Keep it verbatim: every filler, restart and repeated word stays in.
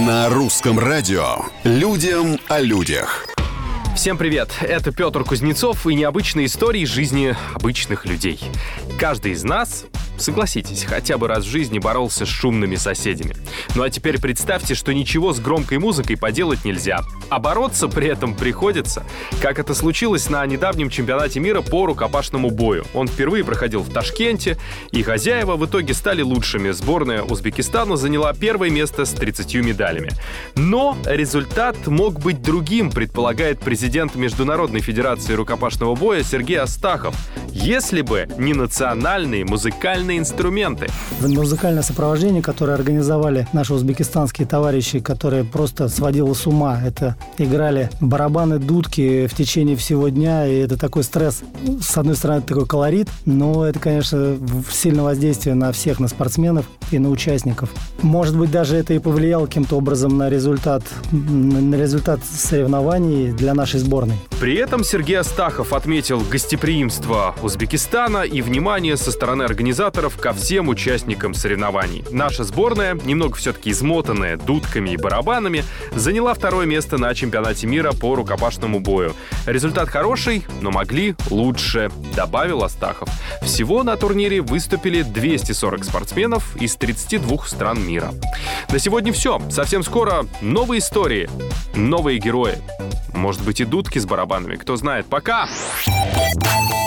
На русском радио «Людям о людях». Всем привет! Это Петр Кузнецов и необычные истории жизни обычных людей. Каждый из нас, согласитесь, хотя бы раз в жизни боролся с шумными соседями. Ну а теперь представьте, что ничего с громкой музыкой поделать нельзя, а бороться при этом приходится, как это случилось на недавнем чемпионате мира по рукопашному бою. Он впервые проходил в Ташкенте, и хозяева в итоге стали лучшими. Сборная Узбекистана заняла первое место с тридцатью медалями. Но результат мог быть другим, предполагает президент Международной федерации рукопашного боя Сергей Астахов, если бы не национальные музыкальные инструменты. Музыкальное сопровождение, которое организовали наши узбекистанские товарищи, которое просто сводило с ума. Это играли барабаны, дудки в течение всего дня, и это такой стресс. С одной стороны, это такой колорит, но это, конечно, сильное воздействие на всех, на спортсменов и на участников. Может быть, даже это и повлияло каким-то образом на результат, на результат соревнований для нашей сборной. При этом Сергей Астахов отметил гостеприимство Узбекистана и внимание со стороны организаторов ко всем участникам соревнований. Наша сборная, немного все-таки измотанная дудками и барабанами, заняла второе место на чемпионате мира по рукопашному бою. Результат хороший, но могли лучше, добавил Астахов. Всего на турнире выступили двести сорок спортсменов из тридцати двух стран мира. На сегодня все. Совсем скоро новые истории, новые герои. Может быть, и дудки с барабанами, кто знает. Пока!